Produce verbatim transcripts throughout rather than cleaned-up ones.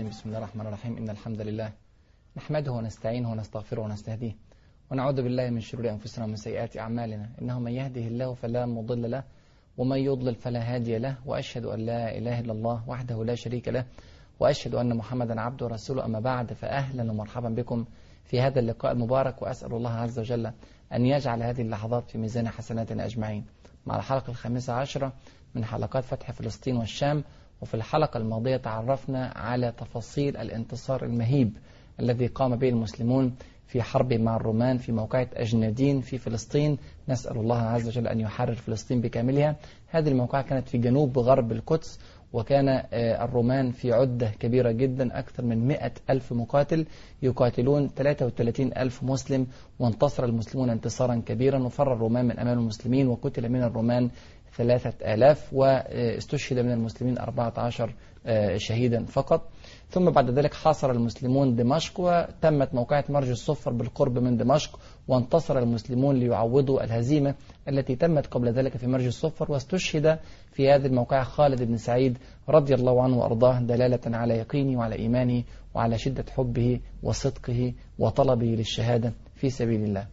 الرجيم. بسم الله الرحمن الرحيم. إن الحمد لله نحمده ونستعينه ونستغفره ونستهديه ونعوذ بالله من شرور أنفسنا ومن سيئات أعمالنا، إنه من يهده الله فلا مضل له ومن يضلل فلا هادي له، وأشهد أن لا إله إلا الله وحده لا شريك له، وأشهد أن محمدا عبده ورسوله. أما بعد، فأهلا ومرحبا بكم في هذا اللقاء المبارك، وأسأل الله عز وجل أن يجعل هذه اللحظات في ميزان حسناتنا أجمعين. مع الحلقة الخامسة عشرة من حلقات فتح فلسطين والشام. وفي الحلقة الماضية تعرفنا على تفاصيل الانتصار المهيب الذي قام به المسلمون في حرب مع الرومان في موقعة أجنادين في فلسطين. نسأل الله عز وجل أن يحرر فلسطين بكاملها. هذه الموقعة كانت في جنوب غرب القدس، وكان الرومان في عدة كبيرة جدا، أكثر من مئة ألف مقاتل يقاتلون ثلاثة وثلاثين ألف مسلم، وانتصر المسلمون انتصارا كبيرا، وفر الرومان من أمام المسلمين، وقتل من الرومان ثلاثة آلاف، واستشهد من المسلمين أربعة عشر شهيدا فقط. ثم بعد ذلك حاصر المسلمون دمشق، وتمت موقعة مرج الصفر بالقرب من دمشق، وانتصر المسلمون ليعوضوا الهزيمة التي تمت قبل ذلك في مرج الصفر. واستشهد في هذه الموقعة خالد بن سعيد رضي الله عنه وأرضاه، دلالة على يقينه وعلى إيمانه وعلى شدة حبه وصدقه وطلبه للشهادة في سبيل الله.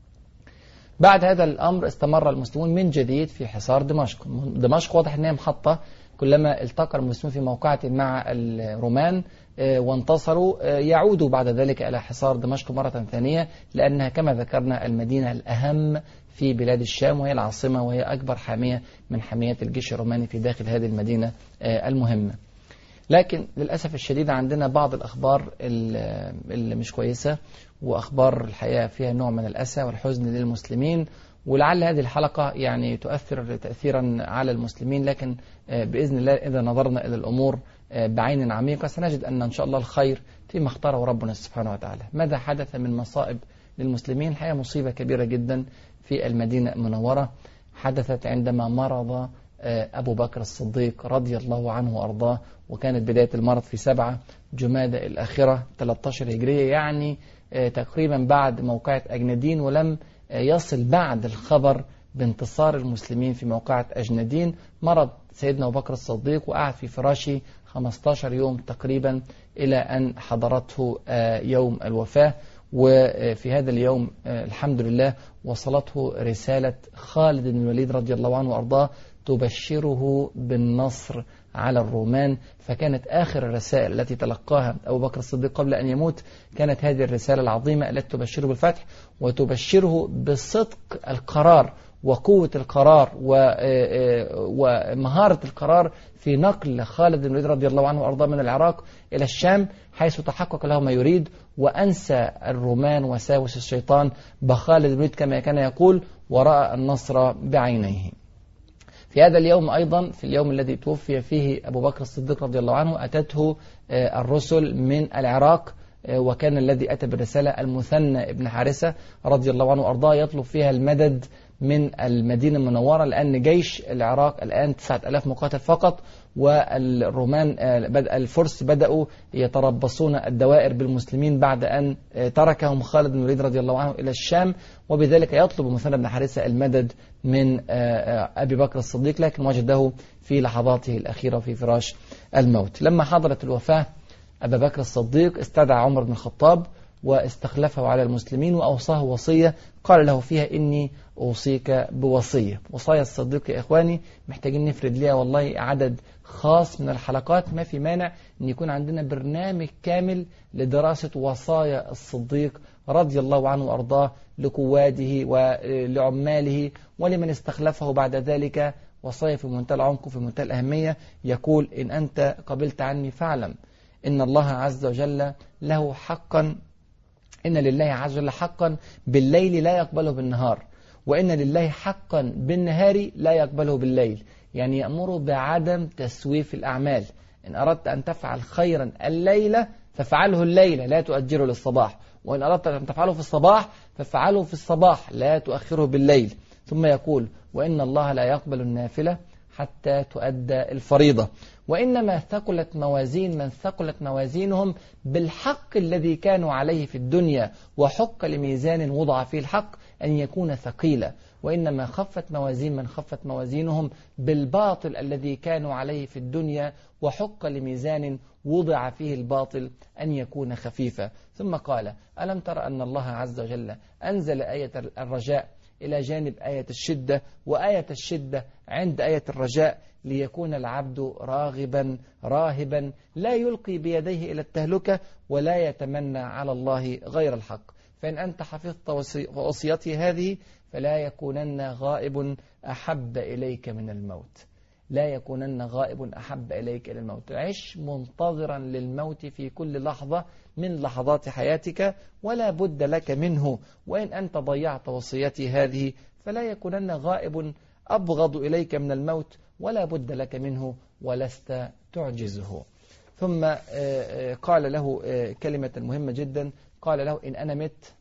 بعد هذا الأمر استمر المسلمون من جديد في حصار دمشق. دمشق واضح أنها محطة، كلما التقى المسلمون في موقعة مع الرومان وانتصروا يعودوا بعد ذلك إلى حصار دمشق مرة ثانية، لأنها كما ذكرنا المدينة الأهم في بلاد الشام، وهي العاصمة، وهي أكبر حامية من حاميات الجيش الروماني في داخل هذه المدينة المهمة. لكن للأسف الشديد عندنا بعض الأخبار اللي مش كويسة، وأخبار الحقيقة فيها نوع من الأسى والحزن للمسلمين، ولعل هذه الحلقة يعني تؤثر تأثيرا على المسلمين. لكن بإذن الله إذا نظرنا إلى الأمور بعين عميقة سنجد أن إن شاء الله الخير فيما اختاره ربنا سبحانه وتعالى. ماذا حدث من مصائب للمسلمين؟ الحقيقة مصيبة كبيرة جدا في المدينة المنورة حدثت عندما مرض أبو بكر الصديق رضي الله عنه وأرضاه، وكانت بداية المرض في سبعة جمادى الآخرة ثلاثة عشر هجرية، يعني تقريبا بعد موقعة أجنادين، ولم يصل بعد الخبر بانتصار المسلمين في موقعة أجنادين. مرض سيدنا أبو بكر الصديق وقعد في فراشه خمسة عشر يوم تقريبا إلى أن حضرته يوم الوفاة. وفي هذا اليوم الحمد لله وصلته رسالة خالد بن الوليد رضي الله عنه وأرضاه تبشره بالنصر على الرومان. فكانت آخر الرسائل التي تلقاها أبو بكر الصديق قبل أن يموت كانت هذه الرسالة العظيمة التي تبشره بالفتح، وتبشره بصدق القرار وقوة القرار ومهارة القرار في نقل خالد بن الوليد رضي الله عنه وأرضاه من العراق إلى الشام، حيث تحقق له ما يريد، وأنسى الرومان وساوس الشيطان بخالد بن الوليد كما كان يقول، ورأى النصر بعينيه. في هذا اليوم أيضا، في اليوم الذي توفي فيه أبو بكر الصديق رضي الله عنه، أتته الرسل من العراق، وكان الذي أتى بالرسالة المثنى ابن حارثة رضي الله عنه وأرضاه يطلب فيها المدد من المدينة المنورة، لأن جيش العراق الآن تسعة آلاف مقاتل فقط، والرومان الفرس بدأوا يتربصون الدوائر بالمسلمين بعد أن تركهم خالد بن الوليد رضي الله عنه إلى الشام، وبذلك يطلب مثنى بن حارثة المدد من أبي بكر الصديق، لكن وجده في لحظاته الأخيرة في فراش الموت. لما حضرت الوفاة أبا بكر الصديق استدعى عمر بن الخطاب واستخلفه على المسلمين، وأوصاه وصية قال له فيها إني أوصيك بوصية. وصايا الصديق يا إخواني محتاجين نفرد ليها والله عدد خاص من الحلقات، ما في مانع أن يكون عندنا برنامج كامل لدراسة وصايا الصديق رضي الله عنه وأرضاه لقواده ولعماله ولمن استخلفه بعد ذلك. وصايا في منتهى العمق وفي منتهى الأهمية. يقول: إن أنت قبلت عني فاعلم إن الله عز وجل له حقا، إن لله عز وجل حقا بالليل لا يقبله بالنهار، وإن لله حقا بالنهار لا يقبله بالليل. يعني يأمر بعدم تسويف الأعمال. إن أردت أن تفعل خيرا الليلة فافعله الليلة لا تؤجره للصباح، وإن أردت أن تفعله في الصباح فافعله في الصباح لا تؤخره بالليل. ثم يقول: وإن الله لا يقبل النافلة حتى تؤدى الفريضة. وإنما ثقلت موازين من ثقلت موازينهم بالحق الذي كانوا عليه في الدنيا، وحق لميزان وضع فيه الحق أن يكون ثقيلا، وإنما خفت موازين من خفت موازينهم بالباطل الذي كانوا عليه في الدنيا، وحق لميزان وضع فيه الباطل أن يكون خفيفا. ثم قال: ألم تر أن الله عز وجل أنزل آية الرجاء إلى جانب آية الشدة، وآية الشدة عند آية الرجاء ليكون العبد راغبا راهبا لا يلقي بيديه إلى التهلكة ولا يتمنى على الله غير الحق. فإن أنت حفظت وصيتي هذه فلا يكونن غائب أحب إليك من الموت، لا يكونن غائب أحب إليك إلى الموت. عش منتظرا للموت في كل لحظة من لحظات حياتك ولا بد لك منه، وإن أنت ضيعت وصيتي هذه فلا يكونن غائب أبغض إليك من الموت ولا بد لك منه ولست تعجزه. ثم قال له كلمة مهمة جدا، قال له: إن أنا مت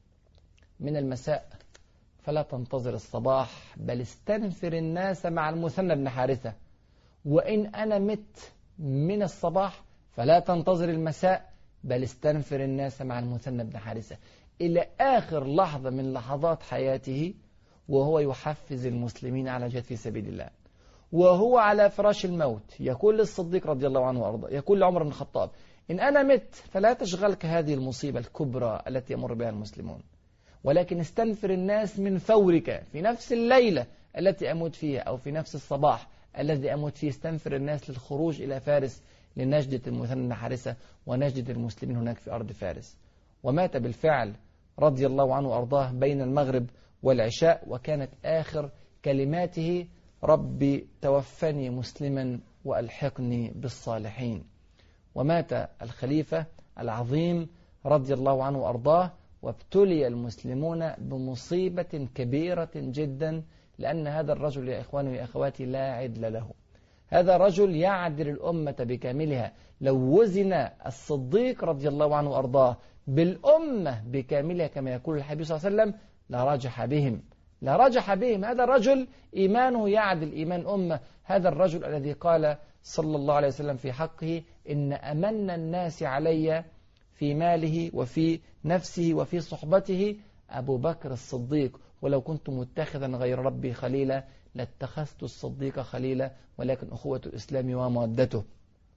من المساء فلا تنتظر الصباح بل استنفر الناس مع المثنى بن حارثة، وإن أنا مت من الصباح فلا تنتظر المساء بل استنفر الناس مع المثنى بن حارثة، إلى آخر لحظة من لحظات حياته وهو يحفز المسلمين على جهاد في سبيل الله، وهو على فراش الموت يقول للصديق رضي الله عنه وأرضاه، يقول لعمر بن الخطاب: إن أنا مت فلا تشغلك هذه المصيبة الكبرى التي يمر بها المسلمون، ولكن استنفر الناس من فورك في نفس الليلة التي أموت فيها أو في نفس الصباح الذي أموت فيه، استنفر الناس للخروج إلى فارس لنجدة المثنى بن حارثة ونجدة المسلمين هناك في أرض فارس. ومات بالفعل رضي الله عنه وأرضاه بين المغرب والعشاء، وكانت آخر كلماته: ربي توفني مسلما وألحقني بالصالحين. ومات الخليفة العظيم رضي الله عنه وأرضاه، وابتلي المسلمون بمصيبة كبيرة جدا، لأن هذا الرجل يا إخواني ويا أخواتي لا عدل له. هذا رجل يعدل الأمة بكاملها. لو وزن الصديق رضي الله عنه وأرضاه بالأمة بكاملها كما يقول الحبيب صلى الله عليه وسلم لرجح بهم لرجح بهم. هذا الرجل إيمانه يعدل إيمان أمة. هذا الرجل الذي قال صلى الله عليه وسلم في حقه: إن أمن الناس علي في ماله وفي نفسه وفي صحبته أبو بكر الصديق، ولو كنت متخذا غير ربي خليلا لاتخذت الصديق خليلا، ولكن أخوة الإسلام ومودته.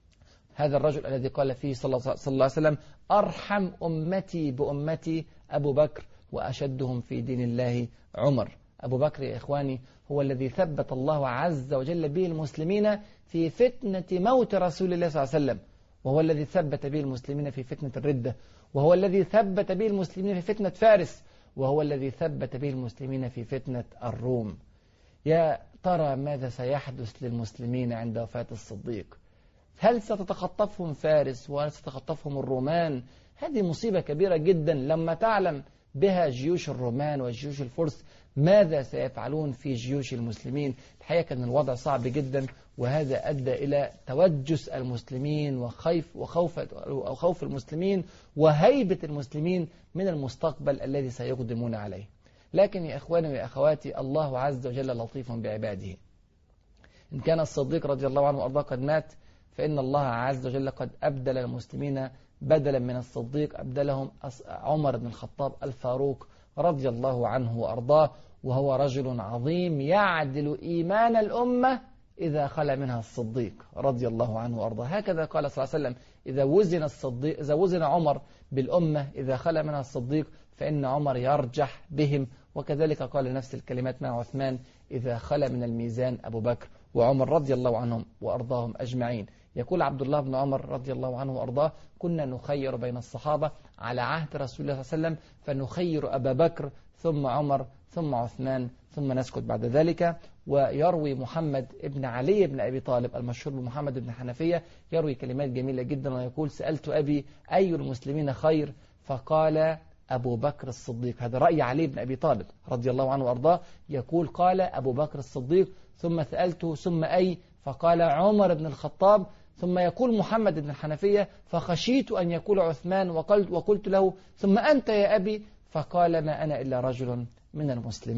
هذا الرجل الذي قال فيه صلى الله عليه وسلم: أرحم أمتي بأمتي أبو بكر وأشدهم في دين الله عمر. أبو بكر يا إخواني هو الذي ثبت الله عز وجل به المسلمين في فتنة موت رسول الله صلى الله عليه وسلم، وهو الذي ثبت به المسلمين في فتنة الردة، وهو الذي ثبت به المسلمين في فتنة فارس، وهو الذي ثبت به المسلمين في فتنة الروم. يا ترى ماذا سيحدث للمسلمين عند وفاة الصديق؟ هل ستتخطفهم فارس وهل ستتخطفهم الرومان؟ هذه مصيبة كبيرة جدا لما تعلم بها جيوش الرومان وجيوش الفرس ماذا سيفعلون في جيوش المسلمين. الحقيقة كان الوضع صعب جدا، وهذا أدى إلى توجس المسلمين وخوف وخوف أو خوف المسلمين وهيبة المسلمين من المستقبل الذي سيقدمون عليه. لكن يا إخواني ويا أخواتي الله عز وجل لطيف بعباده. إن كان الصديق رضي الله عنه وأرضاه قد مات، فإن الله عز وجل قد أبدل المسلمين بدلا من الصديق أبدلهم عمر بن الخطاب الفاروق رضي الله عنه وأرضاه، وهو رجل عظيم يعدل إيمان الأمة إذا خلى منها الصديق رضي الله عنه وأرضاه. هكذا قال صلى الله عليه وسلم: إذا وزن الصديق إذا وزن عمر بالأمة إذا خلى منها الصديق فإن عمر يرجح بهم. وكذلك قال نفس الكلمات مع عثمان: إذا خلى من الميزان أبو بكر وعمر رضي الله عنهم وأرضاهم أجمعين. يقول عبد الله بن عمر رضي الله عنه وأرضاه: كنا نخير بين الصحابة على عهد رسول الله صلى الله عليه وسلم، فنخير أبا بكر ثم عمر ثم عثمان ثم نسكت بعد ذلك. ويروي محمد ابن علي بن أبي طالب المشهور بمحمد بن حنفية يروي كلمات جميلة جدا ويقول: سألت أبي أي المسلمين خير؟ فقال: أبو بكر الصديق. هذا رأي علي بن أبي طالب رضي الله عنه وأرضاه، يقول: قال أبو بكر الصديق. ثم سألته: ثم أي؟ فقال: عمر بن الخطاب. ثم يقول محمد بن الحنفية: فخشيت أن يقول عثمان وقلت, وقلت له: ثم أنت يا أبي؟ فقال: ما أنا إلا رجل من المسلمين.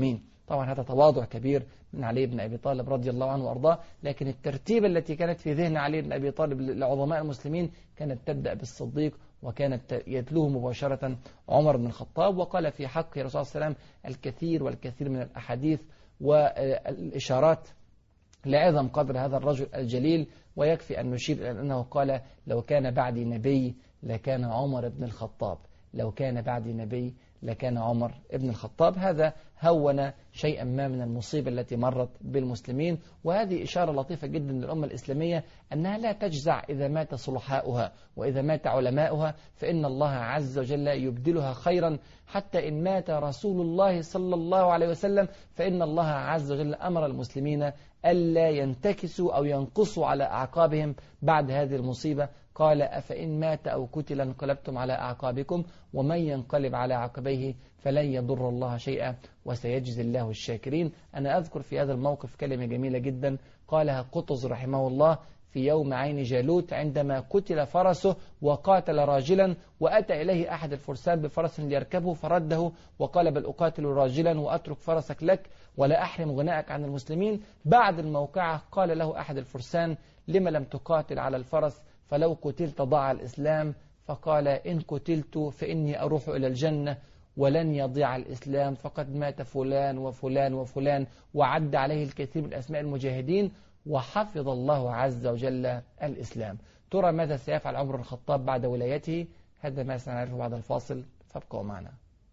طبعا هذا تواضع كبير من علي بن أبي طالب رضي الله عنه وأرضاه، لكن الترتيبة التي كانت في ذهن علي بن أبي طالب لعظماء المسلمين كانت تبدأ بالصديق، وكانت يتلوه مباشرة عمر بن الخطاب. وقال في حقه الرسول صلى الله عليه وسلم الكثير والكثير من الأحاديث والإشارات لعظم قدر هذا الرجل الجليل، ويكفي أن نشير إلى أنه قال: لو كان بعدي نبي لكان عمر بن الخطاب، لو كان بعدي نبي لكان عمر بن الخطاب. هذا هون شيئا ما من المصيبة التي مرت بالمسلمين، وهذه إشارة لطيفة جدا للأمة الإسلامية أنها لا تجزع إذا مات صلحاؤها وإذا مات علماؤها، فإن الله عز وجل يبدلها خيرا. حتى إن مات رسول الله صلى الله عليه وسلم فإن الله عز وجل أمر المسلمين ألا ينتكسوا أو ينقصوا على أعقابهم بعد هذه المصيبة. قال: أفإن مات أو قتل انقلبتم على أعقابكم ومن ينقلب على عقبيه فلن يضر الله شيئا وسيجزي الله الشاكرين. أنا أذكر في هذا الموقف كلمة جميلة جدا قالها قطز رحمه الله في يوم عين جالوت عندما قتل فرسه وقاتل راجلا، وأتى إليه أحد الفرسان بفرس ليركبه فرده وقال: بل أقاتل راجلا وأترك فرسك لك ولا أحرم غناءك عن المسلمين. بعد الموقعة قال له أحد الفرسان: لما لم تقاتل على الفرس؟ فلو قتلت ضاع الإسلام. فقال: إن قتلت فإني أروح إلى الجنة ولن يضيع الإسلام، فقد مات فلان وفلان وفلان، وعد عليه الكثير من أسماء المجاهدين، وحفظ الله عز وجل الإسلام. ترى ماذا سيفعل عمر بن الخطاب بعد ولايته؟ هذا ما سنعرفه بعد الفاصل، فابقوا معنا.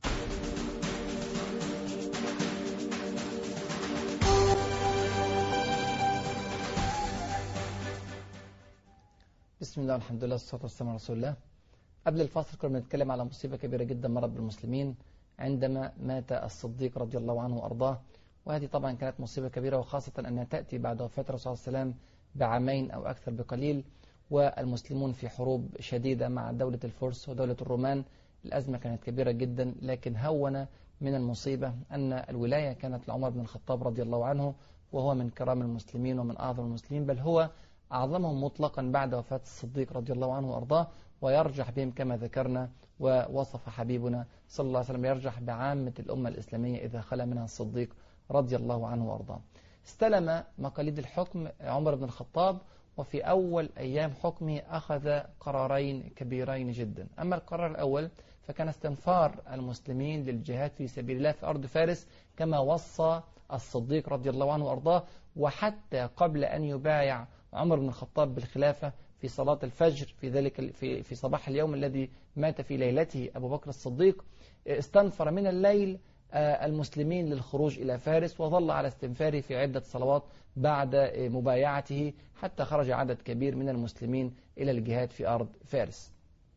بسم الله والحمد لله والصلاة والسلام على رسول الله. قبل الفاصل كنا بنتكلم على مصيبة كبيرة جدا مرت بالمسلمين عندما مات الصديق رضي الله عنه وأرضاه، وهذه طبعا كانت مصيبة كبيرة، وخاصة أنها تأتي بعد وفاة الرسول صلى الله عليه وسلم بعامين أو أكثر بقليل، والمسلمون في حروب شديدة مع دولة الفرس ودولة الرومان. الأزمة كانت كبيرة جدا، لكن هون من المصيبة أن الولاية كانت لعمر بن الخطاب رضي الله عنه، وهو من كرام المسلمين ومن أعظم المسلمين، بل هو أعظمهم مطلقا بعد وفاة الصديق رضي الله عنه وأرضاه، ويرجح بهم كما ذكرنا ووصف حبيبنا صلى الله عليه وسلم، يرجح بعامة الأمة الإسلامية إذا خلا منها الصديق رضي الله عنه وأرضاه. استلم مقاليد الحكم عمر بن الخطاب، وفي أول أيام حكمه أخذ قرارين كبيرين جدا. أما القرار الأول فكان استنفار المسلمين للجهاد في سبيل الله في أرض فارس كما وصى الصديق رضي الله عنه وأرضاه، وحتى قبل أن يبايع عمر بن الخطاب بالخلافة في صلاة الفجر في ذلك في في صباح اليوم الذي مات في ليلته أبو بكر الصديق، استنفر من الليل المسلمين للخروج إلى فارس، وظل على استنفاره في عدة صلوات بعد مبايعته حتى خرج عدد كبير من المسلمين إلى الجهاد في أرض فارس.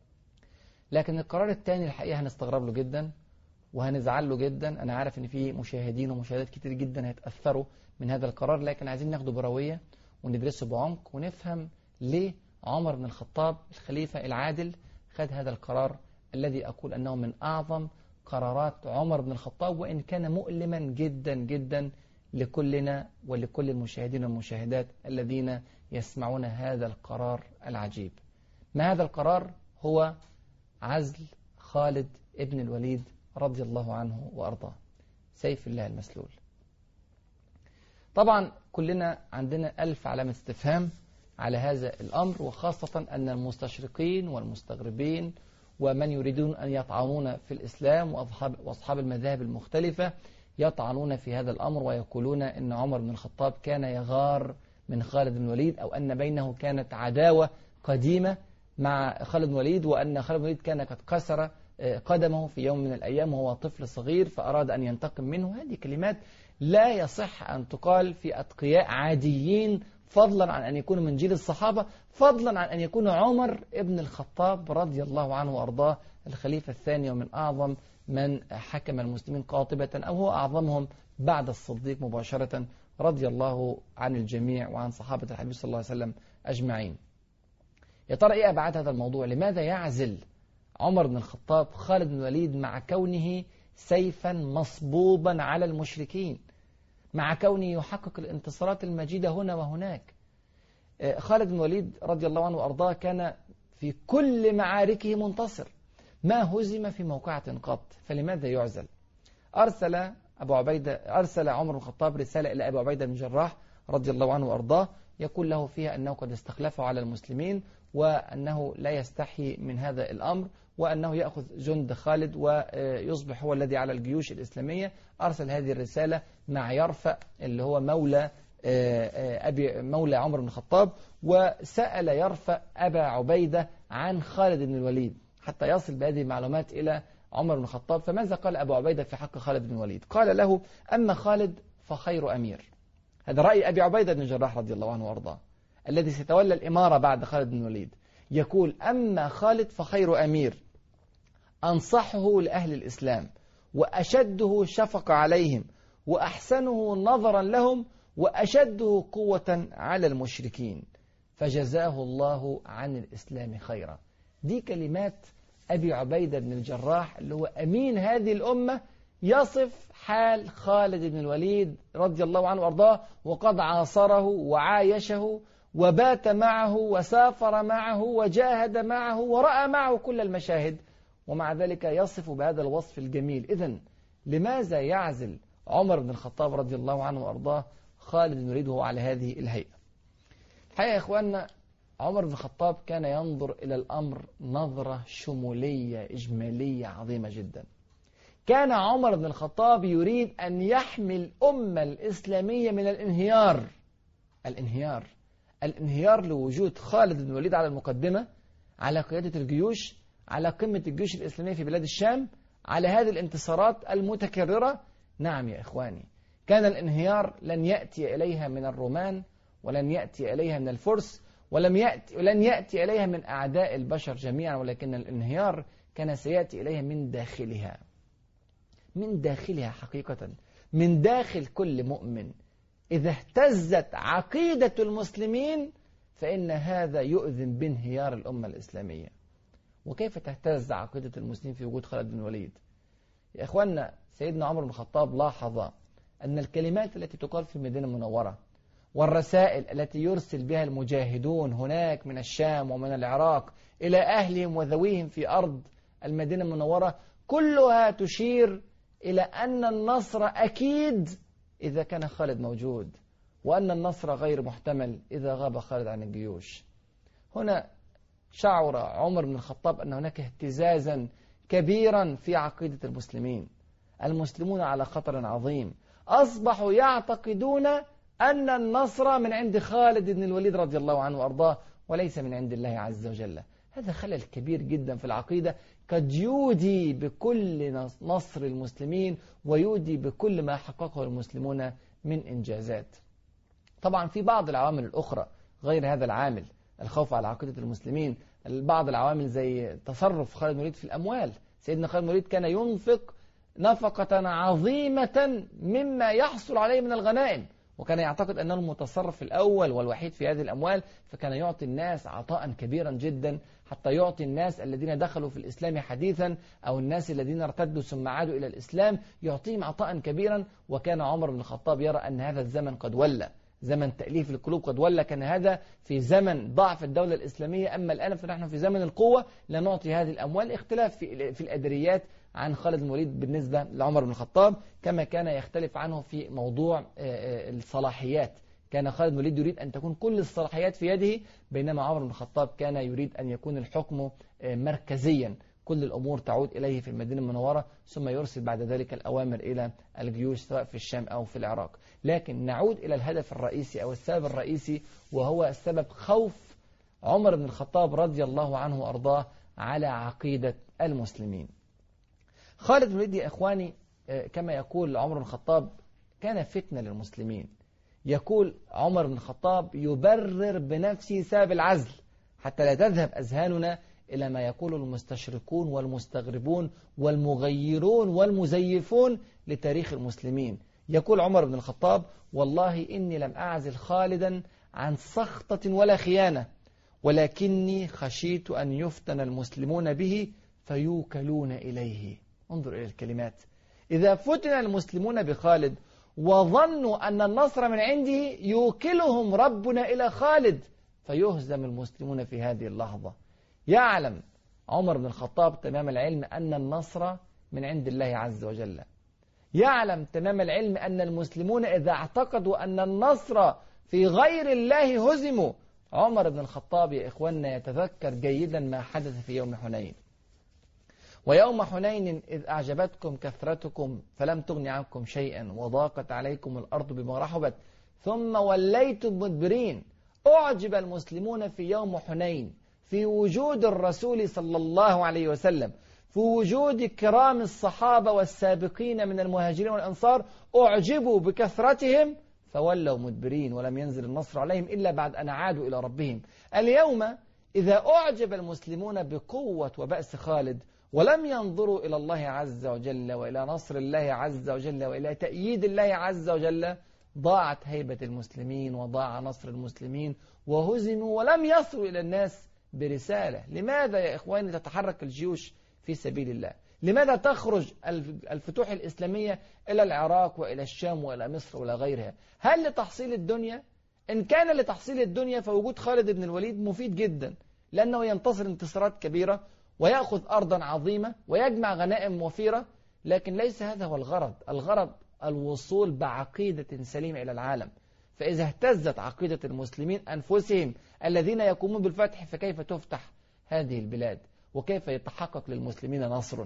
لكن القرار الثاني الحقيقة هنستغرب له جدا وهنزعل له جدا. أنا عارف إن في مشاهدين ومشاهدات كتير جدا هيتأثروا من هذا القرار، لكن عايزين ناخده بروية وندرسه بعمق ونفهم ليه عمر بن الخطاب الخليفة العادل خد هذا القرار الذي أقول أنه من أعظم قرارات عمر بن الخطاب، وإن كان مؤلما جدا جدا لكلنا ولكل المشاهدين والمشاهدات الذين يسمعون هذا القرار العجيب. ما هذا القرار؟ هو عزل خالد ابن الوليد رضي الله عنه وأرضاه، سيف الله المسلول. طبعا كلنا عندنا ألف علامة استفهام على هذا الأمر، وخاصة أن المستشرقين والمستغربين ومن يريدون أن يطعنون في الإسلام وأصحاب, وأصحاب المذاهب المختلفة يطعنون في هذا الأمر ويقولون أن عمر بن الخطاب كان يغار من خالد بن الوليد، أو أن بينه كانت عداوة قديمة مع خالد بن الوليد، وأن خالد بن الوليد كان قد كسر قدمه في يوم من الأيام وهو طفل صغير فأراد أن ينتقم منه. هذه كلمات لا يصح أن تقال في أتقياء عاديين، فضلا عن أن يكونوا من جيل الصحابة، فضلا عن أن يكون عمر ابن الخطاب رضي الله عنه وأرضاه الخليفة الثاني ومن أعظم من حكم المسلمين قاطبة، أو هو أعظمهم بعد الصديق مباشرة رضي الله عن الجميع وعن صحابة الحبيب صلى الله عليه وسلم أجمعين. يا ترى إيه أبعاد هذا الموضوع؟ لماذا يعزل عمر بن الخطاب خالد بن الوليد مع كونه سيفا مصبوبا على المشركين، مع كونه يحقق الانتصارات المجيدة هنا وهناك؟ خالد بن الوليد رضي الله عنه وأرضاه كان في كل معاركه منتصر، ما هزم في موقعة قط، فلماذا يعزل؟ أرسل أبو عبيدة أرسل عمر بن الخطاب رسالة إلى أبي عبيدة بن الجراح رضي الله عنه وأرضاه يقول له فيها أنه قد استخلفه على المسلمين وأنه لا يستحي من هذا الأمر وأنه يأخذ جند خالد ويصبح هو الذي على الجيوش الإسلامية. أرسل هذه الرسالة مع يرفع اللي هو مولى أبي مولى عمر بن الخطاب، وسأل يرفع أبا عبيدة عن خالد بن الوليد حتى يصل بهذه المعلومات إلى عمر بن الخطاب. فماذا قال أبو عبيدة في حق خالد بن الوليد؟ قال له: أما خالد فخير أمير. هذا رأي أبي عبيدة بن الجراح رضي الله عنه وأرضاه الذي سيتولى الإمارة بعد خالد بن الوليد. يقول: أما خالد فخير أمير أنصحه لأهل الإسلام وأشده شفقة عليهم وأحسنه نظرا لهم وأشده قوة على المشركين فجزاه الله عن الإسلام خيرا. دي كلمات أبي عبيدة بن الجراح اللي هو أمين هذه الأمة يصف حال خالد بن الوليد رضي الله عنه وأرضاه، وقد عاصره وعايشه وبات معه وسافر معه وجاهد معه ورأى معه كل المشاهد، ومع ذلك يصف بهذا الوصف الجميل. إذن لماذا يعزل عمر بن الخطاب رضي الله عنه وأرضاه خالد بن الوليد وهو على هذه الهيئة؟ الحقيقة يا إخواننا، عمر بن الخطاب كان ينظر إلى الأمر نظرة شمولية إجمالية عظيمة جدا. كان عمر بن الخطاب يريد أن يحمي الأمة الإسلامية من الانهيار الانهيار الانهيار لوجود خالد بن الوليد على المقدمة، على قيادة الجيوش، على قمة الجيوش الإسلامية في بلاد الشام، على هذه الانتصارات المتكررة. نعم يا إخواني، كان الانهيار لن يأتي إليها من الرومان ولن يأتي إليها من الفرس ولم يأتي ولن يأتي إليها من أعداء البشر جميعا، ولكن الانهيار كان سيأتي إليها من داخلها من داخلها حقيقة، من داخل كل مؤمن. إذا اهتزت عقيدة المسلمين فإن هذا يؤذن بانهيار الأمة الإسلامية. وكيف تهتز عقيدة المسلمين في وجود خالد بن الوليد؟ يا إخواننا، سيدنا عمر بن الخطاب لاحظ أن الكلمات التي تقال في المدينة المنورة والرسائل التي يرسل بها المجاهدون هناك من الشام ومن العراق إلى أهلهم وذويهم في أرض المدينة المنورة كلها تشير إلى أن النصر أكيد إذا كان خالد موجود، وأن النصر غير محتمل إذا غاب خالد عن الجيوش. هنا شعر عمر بن الخطاب أن هناك اهتزازا كبيرا في عقيدة المسلمين. المسلمون على خطر عظيم، أصبحوا يعتقدون أن النصر من عند خالد بن الوليد رضي الله عنه وأرضاه وليس من عند الله عز وجل. هذا خلل كبير جدا في العقيدة قد يودي بكل نصر المسلمين ويودي بكل ما حققه المسلمون من إنجازات. طبعا في بعض العوامل الأخرى غير هذا العامل الخوف على عقيدة المسلمين، بعض العوامل زي تصرف خالد بن الوليد في الأموال. سيدنا خالد بن الوليد كان ينفق نفقة عظيمة مما يحصل عليه من الغنائم، وكان يعتقد أنه المتصرف الأول والوحيد في هذه الأموال، فكان يعطي الناس عطاء كبيرا جدا حتى يعطي الناس الذين دخلوا في الإسلام حديثا أو الناس الذين ارتدوا ثم عادوا إلى الإسلام يعطيهم عطاء كبيرا. وكان عمر بن الخطاب يرى أن هذا الزمن قد ولى، زمن تأليف القلوب قد ولى. كان هذا في زمن ضعف الدولة الإسلامية، أما الآن فنحن في زمن القوة، لا نعطي هذه الأموال. اختلاف في, في الأدريات عن خالد بن الوليد بالنسبة لعمر بن الخطاب، كما كان يختلف عنه في موضوع الصلاحيات. كان خالد بن الوليد يريد أن تكون كل الصلاحيات في يده، بينما عمر بن الخطاب كان يريد أن يكون الحكم مركزيا، كل الأمور تعود إليه في المدينة المنورة، ثم يرسل بعد ذلك الأوامر إلى الجيوش سواء في الشام أو في العراق. لكن نعود إلى الهدف الرئيسي أو السبب الرئيسي، وهو سبب خوف عمر بن الخطاب رضي الله عنه وأرضاه على عقيدة المسلمين. خالد بن الوليد يا إخواني كما يقول عمر بن الخطاب كان فتنة للمسلمين. يقول عمر بن الخطاب يبرر بنفسه سبب العزل حتى لا تذهب أذهاننا إلى ما يقول المستشرقون والمستغربون والمغيرون والمزيفون لتاريخ المسلمين. يقول عمر بن الخطاب والله إني لم أعزل خالدا عن سخطة ولا خيانة، ولكني خشيت أن يفتن المسلمون به فيوكلون إليه. انظر إلى الكلمات. إذا فتن المسلمون بخالد وظنوا أن النصر من عنده يوكلهم ربنا إلى خالد فيهزم المسلمون في هذه اللحظة. يعلم عمر بن الخطاب تمام العلم أن النصر من عند الله عز وجل. يعلم تمام العلم أن المسلمون إذا اعتقدوا أن النصر في غير الله هزموا. عمر بن الخطاب يا إخواننا يتذكر جيدا ما حدث في يوم حنين. ويوم حنين إذ أعجبتكم كثرتكم فلم تغن عنكم شيئا وضاقت عليكم الأرض بما رحبت ثم وليتم مدبرين. أعجب المسلمون في يوم حنين في وجود الرسول صلى الله عليه وسلم، في وجود كرام الصحابة والسابقين من المهاجرين والأنصار، أعجبوا بكثرتهم فولوا مدبرين ولم ينزل النصر عليهم إلا بعد أن عادوا إلى ربهم. اليوم إذا أعجب المسلمون بقوة وبأس خالد ولم ينظروا إلى الله عز وجل وإلى نصر الله عز وجل وإلى تأييد الله عز وجل، ضاعت هيبة المسلمين وضاع نصر المسلمين وهزموا ولم يصلوا إلى الناس برسالة. لماذا يا إخواني تتحرك الجيوش في سبيل الله؟ لماذا تخرج الفتوح الإسلامية إلى العراق وإلى الشام وإلى مصر وإلى غيرها؟ هل لتحصيل الدنيا؟ إن كان لتحصيل الدنيا فوجود خالد بن الوليد مفيد جدا، لأنه ينتصر انتصارات كبيرة ويأخذ أرضا عظيمة ويجمع غنائم وفيرة، لكن ليس هذا هو الغرض. الغرض الوصول بعقيدة سليمة إلى العالم. فإذا اهتزت عقيدة المسلمين أنفسهم الذين يقومون بالفتح فكيف تفتح هذه البلاد وكيف يتحقق للمسلمين نصر؟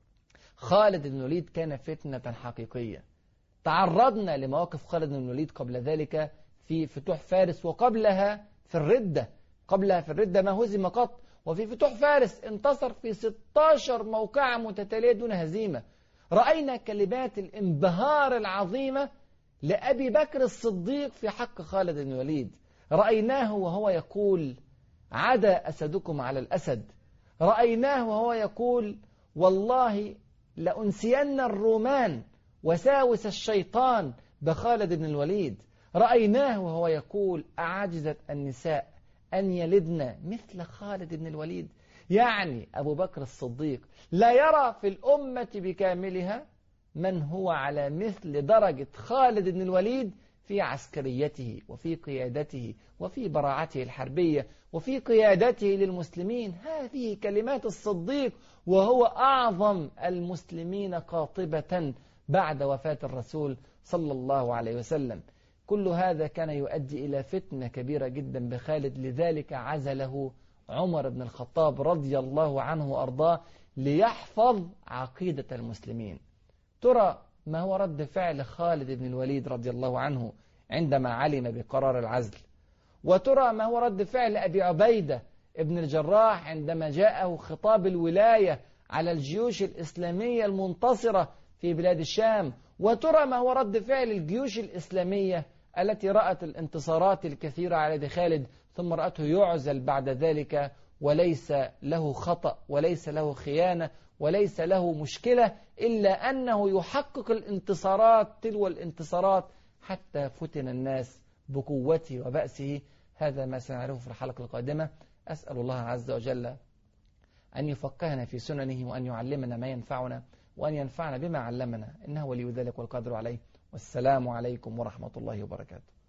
خالد بن الوليد كان فتنة حقيقية. تعرضنا لمواقف خالد بن الوليد قبل ذلك في فتوح فارس وقبلها في الردة، قبلها في الردة ما هزم قط، وفي فتوح فارس انتصر في ستة عشر موقعة متتالية دون هزيمة. رأينا كلمات الانبهار العظيمة لأبي بكر الصديق في حق خالد بن الوليد. رأيناه وهو يقول عدا أسدكم على الأسد. رأيناه وهو يقول والله لأنسين الرومان وساوس الشيطان بخالد بن الوليد. رأيناه وهو يقول أعجزت النساء أن يلدن مثل خالد بن الوليد. يعني أبو بكر الصديق لا يرى في الأمة بكاملها من هو على مثل درجة خالد بن الوليد في عسكريته وفي قيادته وفي براعته الحربية وفي قيادته للمسلمين. هذه كلمات الصديق وهو أعظم المسلمين قاطبة بعد وفاة الرسول صلى الله عليه وسلم. كل هذا كان يؤدي إلى فتنة كبيرة جدا بخالد، لذلك عزله عمر بن الخطاب رضي الله عنه وأرضاه ليحفظ عقيدة المسلمين. ترى ما هو رد فعل خالد بن الوليد رضي الله عنه عندما علم بقرار العزل؟ وترى ما هو رد فعل أبي عبيدة ابن الجراح عندما جاءه خطاب الولاية على الجيوش الإسلامية المنتصرة في بلاد الشام؟ وترى ما هو رد فعل الجيوش الإسلامية التي رأت الانتصارات الكثيرة على يد خالد ثم رأته يعزل بعد ذلك وليس له خطأ وليس له خيانة وليس له مشكلة إلا أنه يحقق الانتصارات تلو الانتصارات حتى فتن الناس بقوته وبأسه. هذا ما سنعرفه في الحلقة القادمة. أسأل الله عز وجل أن يفقهنا في سننه وأن يعلمنا ما ينفعنا وأن ينفعنا بما علمنا، إنه ولي ذلك والقادر عليه. والسلام عليكم ورحمة الله وبركاته.